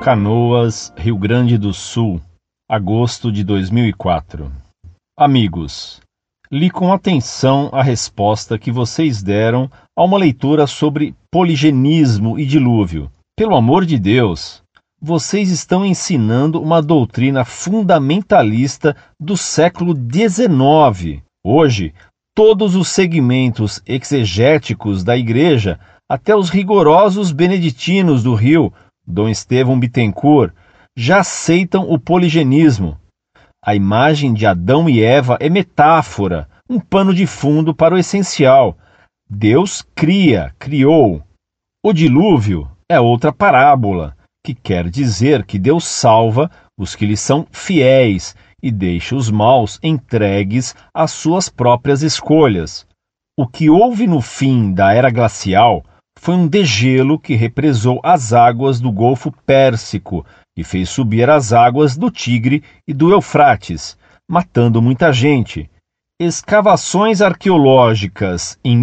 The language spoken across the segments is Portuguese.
Canoas, Rio Grande do Sul, agosto de 2004. Amigos, li com atenção a resposta que vocês deram a uma leitura sobre poligenismo e dilúvio. Pelo amor de Deus, vocês estão ensinando uma doutrina fundamentalista do século XIX. Hoje, todos os segmentos exegéticos da Igreja, até os rigorosos beneditinos do Rio, Dom Estevão Bittencourt, já aceitam o poligenismo. A imagem de Adão e Eva é metáfora, um pano de fundo para o essencial. Deus criou. O dilúvio é outra parábola, que quer dizer que Deus salva os que lhe são fiéis e deixa os maus entregues às suas próprias escolhas. O que houve no fim da Era Glacial foi um degelo que represou as águas do Golfo Pérsico e fez subir as águas do Tigre e do Eufrates, matando muita gente. Escavações arqueológicas em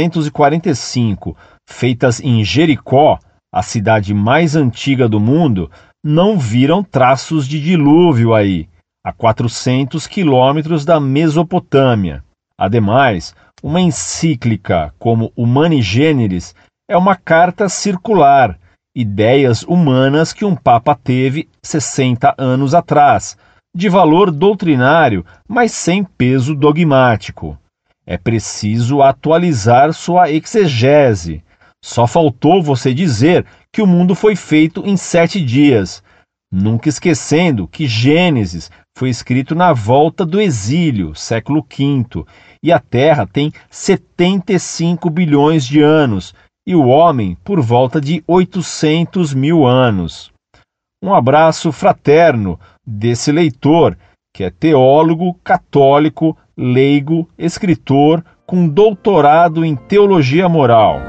1945, feitas em Jericó, a cidade mais antiga do mundo, não viram traços de dilúvio aí, a 400 quilômetros da Mesopotâmia. Ademais, uma encíclica como Humani Generis é uma carta circular, ideias humanas que um papa teve 60 anos atrás, de valor doutrinário, mas sem peso dogmático. É preciso atualizar sua exegese. Só faltou você dizer que o mundo foi feito em 7 dias, nunca esquecendo que Gênesis foi escrito na volta do exílio, século V, e a Terra tem 75 bilhões de anos, e o homem por volta de 800 mil anos. Um abraço fraterno desse leitor, que é teólogo, católico, leigo, escritor, com doutorado em teologia moral.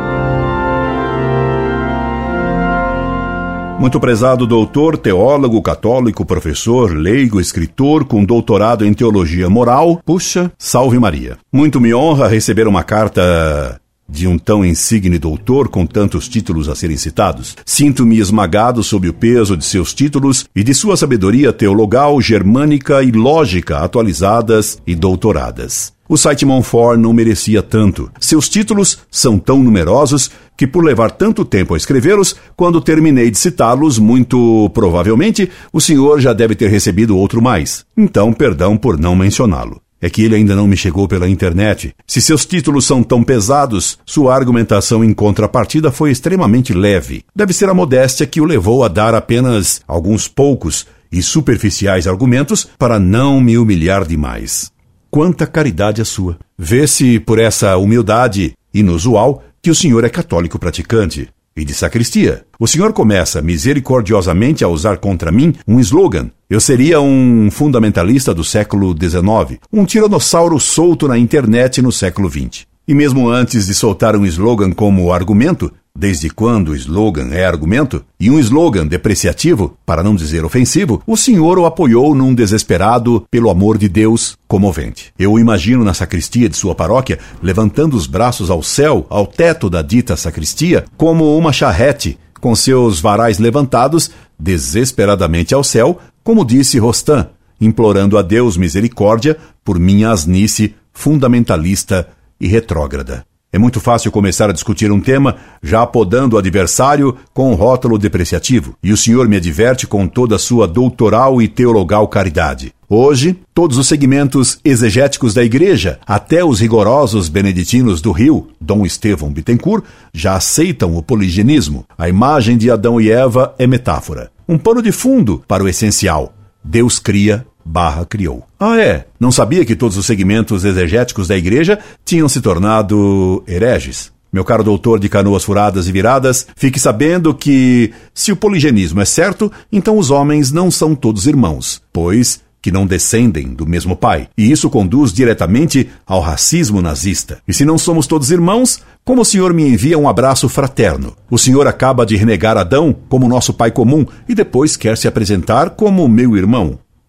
Muito prezado doutor, teólogo, católico, professor, leigo, escritor, com doutorado em teologia moral. Puxa, salve Maria. Muito me honra receber uma carta de um tão insigne doutor com tantos títulos a serem citados. Sinto-me esmagado sob o peso de seus títulos e de sua sabedoria teologal, germânica e lógica atualizadas e doutoradas. O site Monfort não merecia tanto. Seus títulos são tão numerosos que, por levar tanto tempo a escrevê-los, quando terminei de citá-los, muito provavelmente, o senhor já deve ter recebido outro mais. Então, perdão por não mencioná-lo. É que ele ainda não me chegou pela internet. Se seus títulos são tão pesados, sua argumentação em contrapartida foi extremamente leve. Deve ser a modéstia que o levou a dar apenas alguns poucos e superficiais argumentos para não me humilhar demais. Quanta caridade a sua! Vê-se por essa humildade inusual que o senhor é católico praticante e de sacristia. O senhor começa misericordiosamente a usar contra mim um slogan. Eu seria um fundamentalista do século XIX, um tiranossauro solto na internet no século XX. E mesmo antes de soltar um slogan como argumento, desde quando o slogan é argumento, e um slogan depreciativo, para não dizer ofensivo, o senhor o apoiou num desesperado, pelo amor de Deus, comovente. Eu o imagino na sacristia de sua paróquia, levantando os braços ao céu, ao teto da dita sacristia, como uma charrete, com seus varais levantados desesperadamente ao céu, como disse Rostand, implorando a Deus misericórdia por minha asnice fundamentalista e retrógrada. É muito fácil começar a discutir um tema já apodando o adversário com um rótulo depreciativo, e o senhor me adverte com toda a sua doutoral e teologal caridade. Hoje, todos os segmentos exegéticos da Igreja, até os rigorosos beneditinos do Rio, Dom Estevão Bittencourt, já aceitam o poligenismo. A imagem de Adão e Eva é metáfora, um pano de fundo para o essencial. Deus criou. Ah, é? Não sabia que todos os segmentos exegéticos da Igreja tinham se tornado hereges. Meu caro doutor de canoas furadas e viradas, fique sabendo que, se o poligenismo é certo, então os homens não são todos irmãos, pois que não descendem do mesmo pai. E isso conduz diretamente ao racismo nazista. E se não somos todos irmãos, como o senhor me envia um abraço fraterno? O senhor acaba de renegar Adão como nosso pai comum e depois quer se apresentar como meu irmão.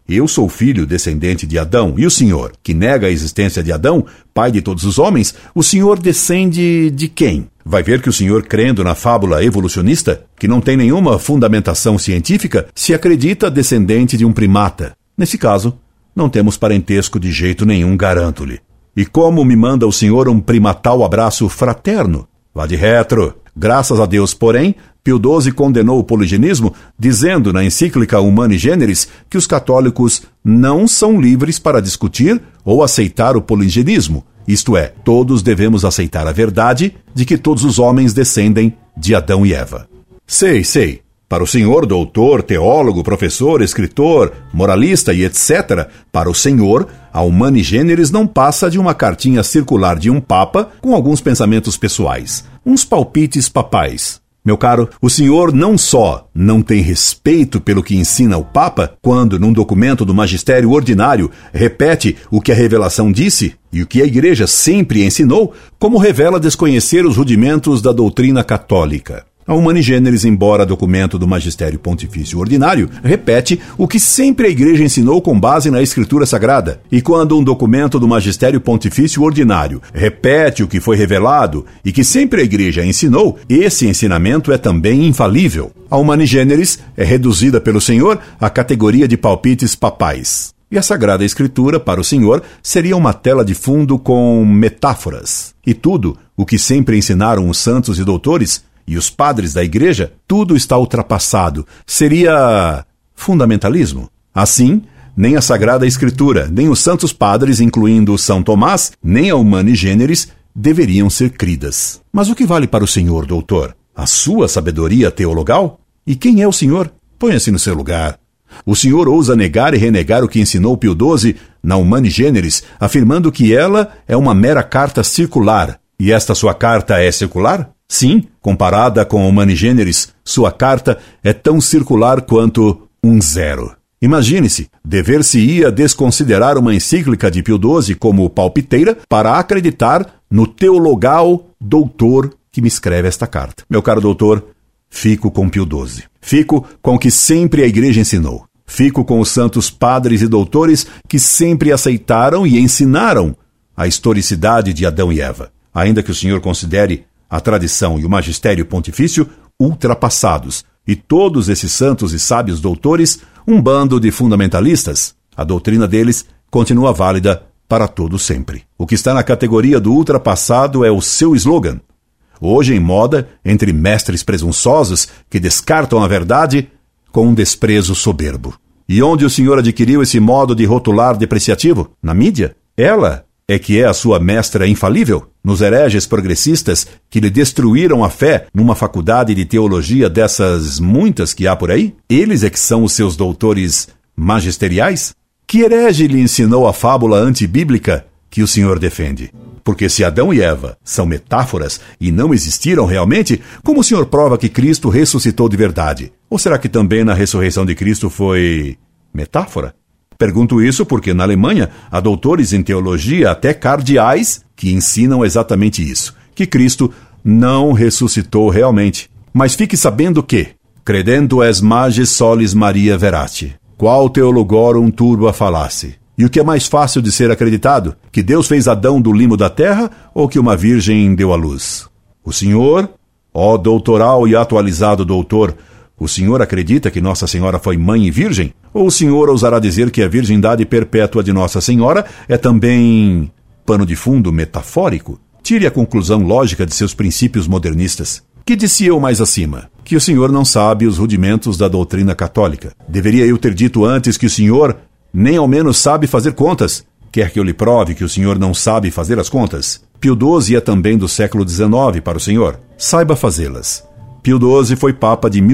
Eu sou filho descendente de Adão, e o senhor, que nega a existência de Adão, pai de todos os homens, o senhor descende de quem? Vai ver que o senhor, crendo na fábula evolucionista, que não tem nenhuma fundamentação científica, se acredita descendente de um primata. Nesse caso, não temos parentesco de jeito nenhum, garanto-lhe. E como me manda o senhor um primatal abraço fraterno? Vá de retro. Graças a Deus, porém, Pio XII condenou o poligenismo, dizendo na encíclica Humani Generis que os católicos não são livres para discutir ou aceitar o poligenismo. Isto é, todos devemos aceitar a verdade de que todos os homens descendem de Adão e Eva. Sei. Para o senhor doutor, teólogo, professor, escritor, moralista e etc., para o senhor, a Humani Generis não passa de uma cartinha circular de um papa com alguns pensamentos pessoais, uns palpites papais. Meu caro, o senhor não só não tem respeito pelo que ensina o Papa, quando, num documento do magistério ordinário, repete o que a revelação disse e o que a Igreja sempre ensinou, como revela desconhecer os rudimentos da doutrina católica. A Humani Generis, embora documento do Magistério Pontifício Ordinário, repete o que sempre a Igreja ensinou com base na Escritura Sagrada. E quando um documento do Magistério Pontifício Ordinário repete o que foi revelado e que sempre a Igreja ensinou, esse ensinamento é também infalível. A Humani Generis é reduzida pelo Senhor à categoria de palpites papais. E a Sagrada Escritura, para o Senhor, seria uma tela de fundo com metáforas. E tudo o que sempre ensinaram os santos e doutores e os padres da Igreja, tudo está ultrapassado. Seria fundamentalismo. Assim, nem a Sagrada Escritura, nem os santos padres, incluindo São Tomás, nem a Humani Generis, deveriam ser cridas. Mas o que vale para o senhor, doutor? A sua sabedoria teologal? E quem é o senhor? Ponha-se no seu lugar. O senhor ousa negar e renegar o que ensinou Pio XII na Humani Generis, afirmando que ela é uma mera carta circular. E esta sua carta é circular? Sim, comparada com a Humani Generis, sua carta é tão circular quanto um zero. Imagine-se, dever-se-ia desconsiderar uma encíclica de Pio XII como palpiteira para acreditar no teologal doutor que me escreve esta carta. Meu caro doutor, fico com Pio XII. Fico com o que sempre a Igreja ensinou. Fico com os santos padres e doutores que sempre aceitaram e ensinaram a historicidade de Adão e Eva. Ainda que o senhor considere a tradição e o magistério pontifício ultrapassados, e todos esses santos e sábios doutores um bando de fundamentalistas, a doutrina deles continua válida para todo sempre. O que está na categoria do ultrapassado é o seu slogan, hoje em moda entre mestres presunçosos que descartam a verdade com um desprezo soberbo. E onde o senhor adquiriu esse modo de rotular depreciativo? Na mídia? Ela é que é a sua mestra infalível? Nos hereges progressistas que lhe destruíram a fé numa faculdade de teologia dessas muitas que há por aí? Eles é que são os seus doutores magisteriais? Que herege lhe ensinou a fábula antibíblica que o senhor defende? Porque se Adão e Eva são metáforas e não existiram realmente, como o senhor prova que Cristo ressuscitou de verdade? Ou será que também na ressurreição de Cristo foi metáfora? Pergunto isso porque na Alemanha há doutores em teologia, até cardeais, que ensinam exatamente isso, que Cristo não ressuscitou realmente. Mas fique sabendo que, credendo es magis solis Maria verati, qual teologorum turba falasse. E o que é mais fácil de ser acreditado? Que Deus fez Adão do limo da terra ou que uma virgem deu à luz? O senhor, ó doutoral e atualizado doutor, o senhor acredita que Nossa Senhora foi mãe e virgem? Ou o senhor ousará dizer que a virgindade perpétua de Nossa Senhora é também pano de fundo metafórico? Tire a conclusão lógica de seus princípios modernistas. Que disse eu mais acima? Que o senhor não sabe os rudimentos da doutrina católica. Deveria eu ter dito antes que o senhor nem ao menos sabe fazer contas. Quer que eu lhe prove que o senhor não sabe fazer as contas? Pio XII é também do século XIX para o senhor. Saiba fazê-las. Pio XII foi Papa de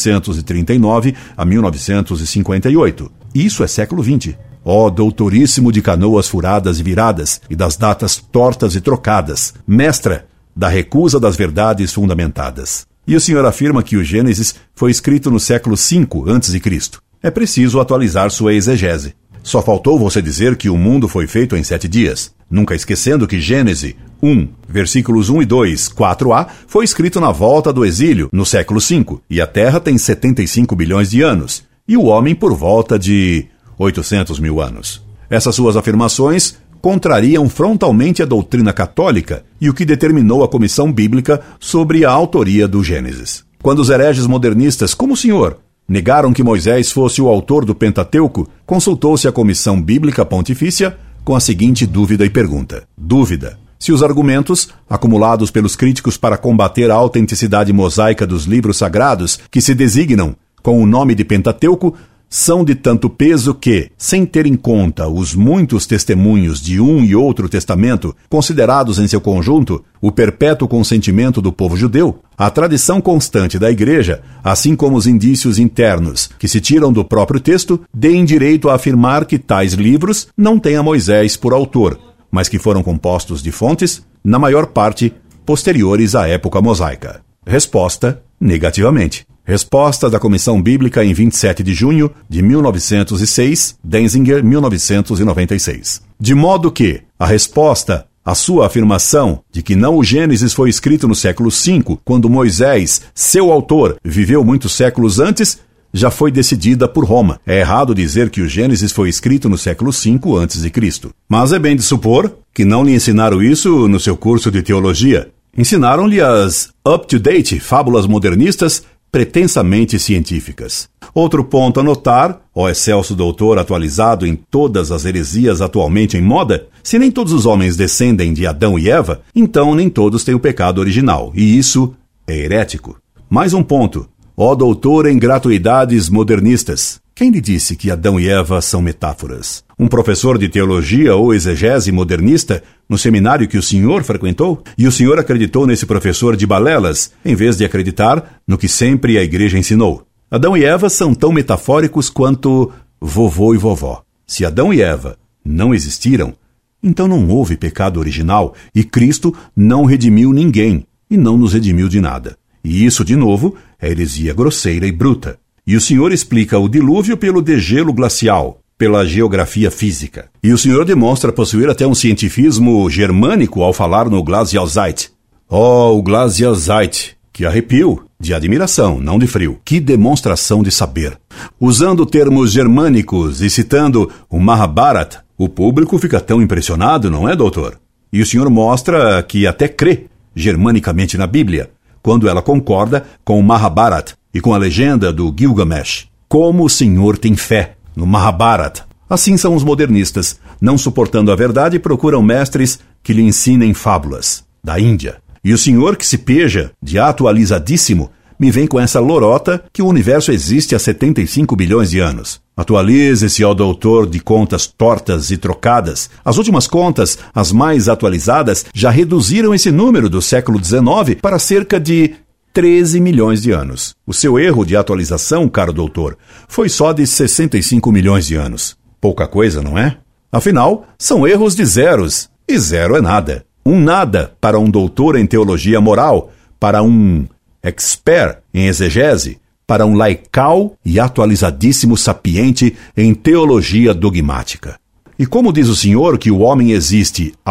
1939 a 1958. Isso é século XX. Ó doutoríssimo de canoas furadas e viradas e das datas tortas e trocadas, mestra da recusa das verdades fundamentadas. E o senhor afirma que o Gênesis foi escrito no século V a.C. É preciso atualizar sua exegese. Só faltou você dizer que o mundo foi feito em 7 dias, nunca esquecendo que Gênesis 1, versículos 1 e 2, 4a, foi escrito na volta do exílio, no século V, e a Terra tem 75 bilhões de anos, e o homem por volta de 800 mil anos. Essas suas afirmações contrariam frontalmente a doutrina católica e o que determinou a Comissão Bíblica sobre a autoria do Gênesis. Quando os hereges modernistas, como o senhor, negaram que Moisés fosse o autor do Pentateuco, consultou-se a Comissão Bíblica Pontifícia com a seguinte dúvida e pergunta. Dúvida: se os argumentos, acumulados pelos críticos para combater a autenticidade mosaica dos livros sagrados que se designam com o nome de Pentateuco, são de tanto peso que, sem ter em conta os muitos testemunhos de um e outro testamento, considerados em seu conjunto o perpétuo consentimento do povo judeu, a tradição constante da Igreja, assim como os indícios internos que se tiram do próprio texto, deem direito a afirmar que tais livros não têm a Moisés por autor, mas que foram compostos de fontes, na maior parte, posteriores à época mosaica. Resposta: negativamente. Resposta da Comissão Bíblica em 27 de junho de 1906, Denzinger, 1996. De modo que a resposta à sua afirmação de que não o Gênesis foi escrito no século V, quando Moisés, seu autor, viveu muitos séculos antes, já foi decidida por Roma. É errado dizer que o Gênesis foi escrito no século V a.C. Mas é bem de supor que não lhe ensinaram isso no seu curso de teologia. Ensinaram-lhe as up-to-date fábulas modernistas pretensamente científicas. Outro ponto a notar, ó excelso doutor atualizado em todas as heresias atualmente em moda, se nem todos os homens descendem de Adão e Eva, então nem todos têm o pecado original, e isso é herético. Mais um ponto, ó doutor em gratuidades modernistas. Quem lhe disse que Adão e Eva são metáforas? Um professor de teologia ou exegese modernista no seminário que o senhor frequentou? E o senhor acreditou nesse professor de balelas, em vez de acreditar no que sempre a Igreja ensinou. Adão e Eva são tão metafóricos quanto vovô e vovó. Se Adão e Eva não existiram, então não houve pecado original e Cristo não redimiu ninguém e não nos redimiu de nada. E isso, de novo, é heresia grosseira e bruta. E o senhor explica o dilúvio pelo degelo glacial, pela geografia física. E o senhor demonstra possuir até um cientifismo germânico ao falar no Glacialzeit. Oh, o Glacialzeit! Que arrepio! De admiração, não de frio. Que demonstração de saber! Usando termos germânicos e citando o Mahabharata, o público fica tão impressionado, não é, doutor? E o senhor mostra que até crê germanicamente na Bíblia, quando ela concorda com o Mahabharata e com a legenda do Gilgamesh. Como o senhor tem fé no Mahabharata? Assim são os modernistas. Não suportando a verdade, procuram mestres que lhe ensinem fábulas. Da Índia. E o senhor, que se peja de atualizadíssimo, me vem com essa lorota que o universo existe há 75 bilhões de anos. Atualize-se ao doutor de contas tortas e trocadas. As últimas contas, as mais atualizadas, já reduziram esse número do século XIX para cerca de 13 milhões de anos. O seu erro de atualização, caro doutor, foi só de 65 milhões de anos. Pouca coisa, não é? Afinal, são erros de zeros, e zero é nada. Um nada para um doutor em teologia moral, para um expert em exegese, para um laical e atualizadíssimo sapiente em teologia dogmática. E como diz o senhor que o homem existe há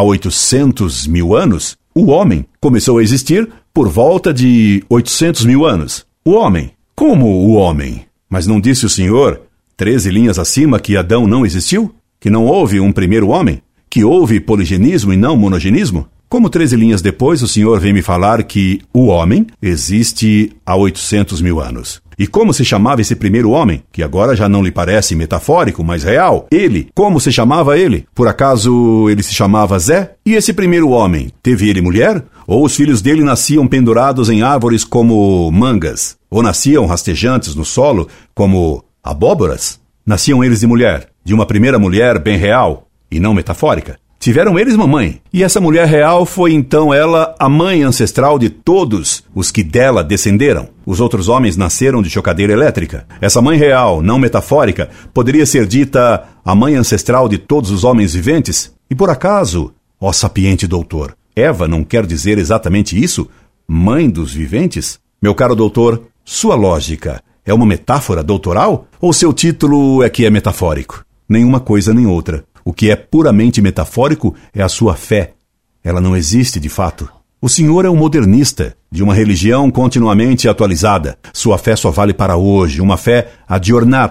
800 mil anos, o homem começou a existir por volta de 800 mil anos. O homem? Como o homem? Mas não disse o senhor, 13 linhas acima, que Adão não existiu? Que não houve um primeiro homem? Que houve poligenismo e não monogenismo? Como 13 linhas depois o senhor vem me falar que o homem existe há 800 mil anos? E como se chamava esse primeiro homem, que agora já não lhe parece metafórico, mas real? Ele, como se chamava ele? Por acaso ele se chamava Zé? E esse primeiro homem, teve ele mulher? Ou os filhos dele nasciam pendurados em árvores como mangas? Ou nasciam rastejantes no solo como abóboras? Nasciam eles de mulher, de uma primeira mulher bem real, e não metafórica? Tiveram eles mamãe, e essa mulher real foi então ela a mãe ancestral de todos os que dela descenderam. Os outros homens nasceram de chocadeira elétrica. Essa mãe real, não metafórica, poderia ser dita a mãe ancestral de todos os homens viventes? E por acaso, ó sapiente doutor, Eva não quer dizer exatamente isso? Mãe dos viventes? Meu caro doutor, sua lógica é uma metáfora doutoral? Ou seu título é que é metafórico? Nenhuma coisa nem outra. O que é puramente metafórico é a sua fé. Ela não existe de fato. O senhor é um modernista, de uma religião continuamente atualizada. Sua fé só vale para hoje, uma fé aggiornata,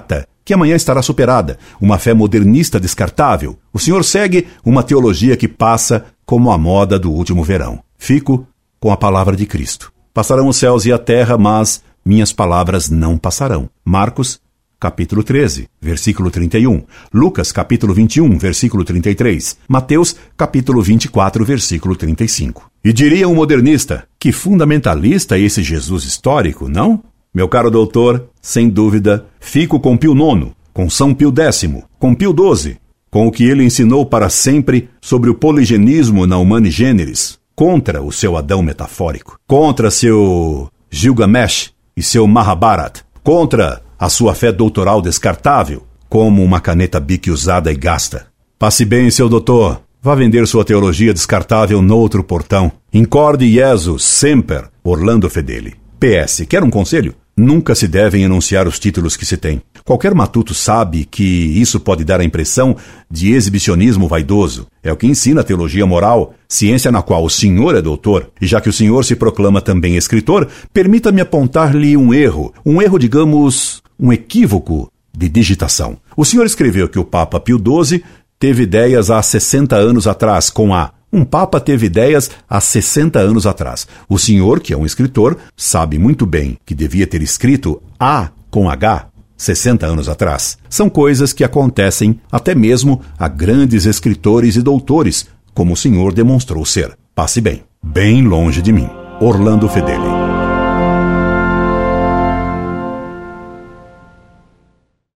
que amanhã estará superada, uma fé modernista descartável. O senhor segue uma teologia que passa como a moda do último verão. Fico com a palavra de Cristo. Passarão os céus e a terra, mas minhas palavras não passarão. Marcos, capítulo 13, versículo 31. Lucas, capítulo 21, versículo 33. Mateus, capítulo 24, versículo 35. E diria um modernista, que fundamentalista esse Jesus histórico, não? Meu caro doutor, sem dúvida, fico com Pio IX, com São Pio X, com Pio XII, com o que ele ensinou para sempre sobre o poligenismo na Humani Generis, contra o seu Adão metafórico, contra seu Gilgamesh e seu Mahabharata, contra a sua fé doutoral descartável, como uma caneta Bic usada e gasta. Passe bem, seu doutor. Vá vender sua teologia descartável noutro portão. Incorde Jesus semper, Orlando Fedeli. PS, quer um conselho? Nunca se devem enunciar os títulos que se tem. Qualquer matuto sabe que isso pode dar a impressão de exibicionismo vaidoso. É o que ensina a teologia moral, ciência na qual o senhor é doutor. E já que o senhor se proclama também escritor, permita-me apontar-lhe um erro, digamos, um equívoco de digitação. O senhor escreveu que o Papa Pio XII teve ideias há 60 anos atrás, Um Papa teve ideias há 60 anos atrás. O senhor, que é um escritor, sabe muito bem que devia ter escrito A com H 60 anos atrás. São coisas que acontecem até mesmo a grandes escritores e doutores, como o senhor demonstrou ser. Passe bem. Bem longe de mim. Orlando Fedeli.